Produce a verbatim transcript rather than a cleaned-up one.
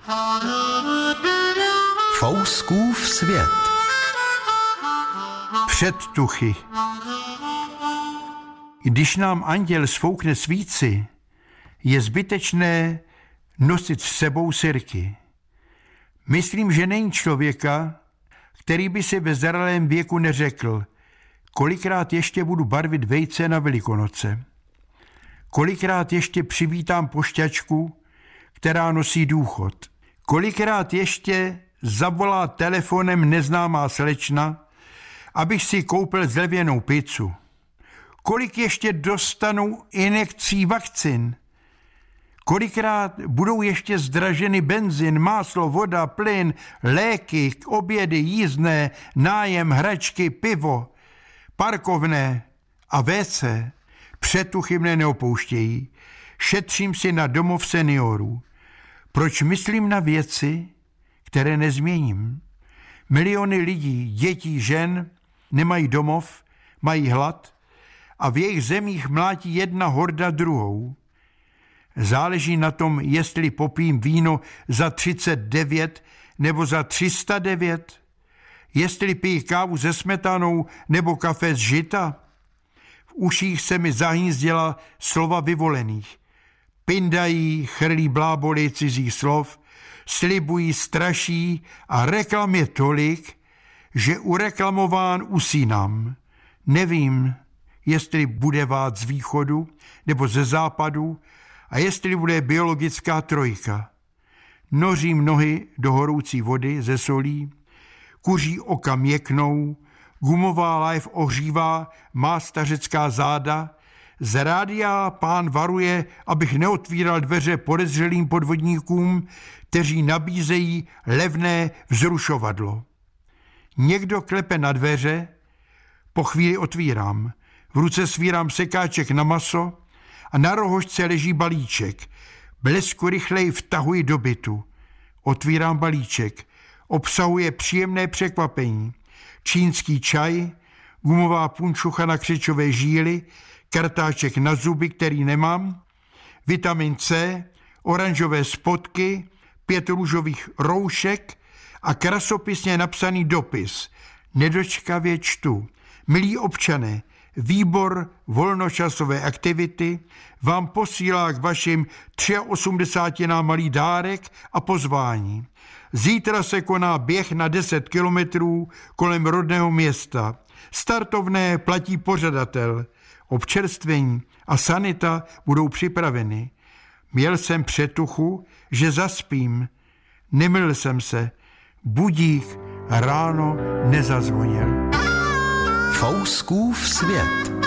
Fouskův svět. Předtuchy. Když nám anděl sfoukne svíci, je zbytečné nosit s sebou sirky. Myslím, že není člověka, který by si ve zralém věku neřekl, kolikrát ještě budu barvit vejce na Velikonoce. Kolikrát ještě přivítám pošťačku, která nosí důchod. Kolikrát ještě zavolá telefonem neznámá slečna, abych si koupil zlevněnou pizzu. Kolik ještě dostanu injekcí vakcin? Kolikrát budou ještě zdraženy benzin, máslo, voda, plyn, léky, obědy, jízdné, nájem, hračky, pivo, parkovné a vé cé. Předtuchy mne neopouštějí. Šetřím si na domov seniorů. Proč myslím na věci, které nezměním? Miliony lidí, dětí, žen nemají domov, mají hlad a v jejich zemích mlátí jedna horda druhou. Záleží na tom, jestli popím víno za třicet devět nebo za tři sta devět, jestli pijí kávu se smetanou nebo kafe z žita. V uších se mi zahnízděla slova vyvolených. Pindají, chrlí bláboli cizích slov, slibují, straší a reklam je tolik, že ureklamován usínám. Nevím, jestli bude vát z východu nebo ze západu a jestli bude biologická trojka. Nořím nohy do horoucí vody ze solí, kuří oka měknou, gumová lájev ohřívá má stařecká záda, z rádia pán varuje, abych neotvíral dveře podezřelým podvodníkům, kteří nabízejí levné vzrušovadlo. Někdo klepe na dveře, po chvíli otvírám. V ruce svírám sekáček na maso a na rohožce leží balíček. Blesku rychleji vtahuji do bytu. Otvírám balíček. Obsahuje příjemné překvapení. Čínský čaj, gumová punčucha na křečové žíly, kartáček na zuby, který nemám, vitamin C, oranžové spotky, pět růžových roušek a krasopisně napsaný dopis. Nedočkavě čtu. Milí občané, výbor volnočasové aktivity vám posílá k vašim osmdesáti malý dárek a pozvání. Zítra se koná běh na deset kilometrů kolem rodného města. Startovné platí pořadatel. Občerstvení a sanita budou připraveny. Měl jsem předtuchu, že zaspím. Nemyl jsem se. Budík ráno nezazvonil. Fouskův svět.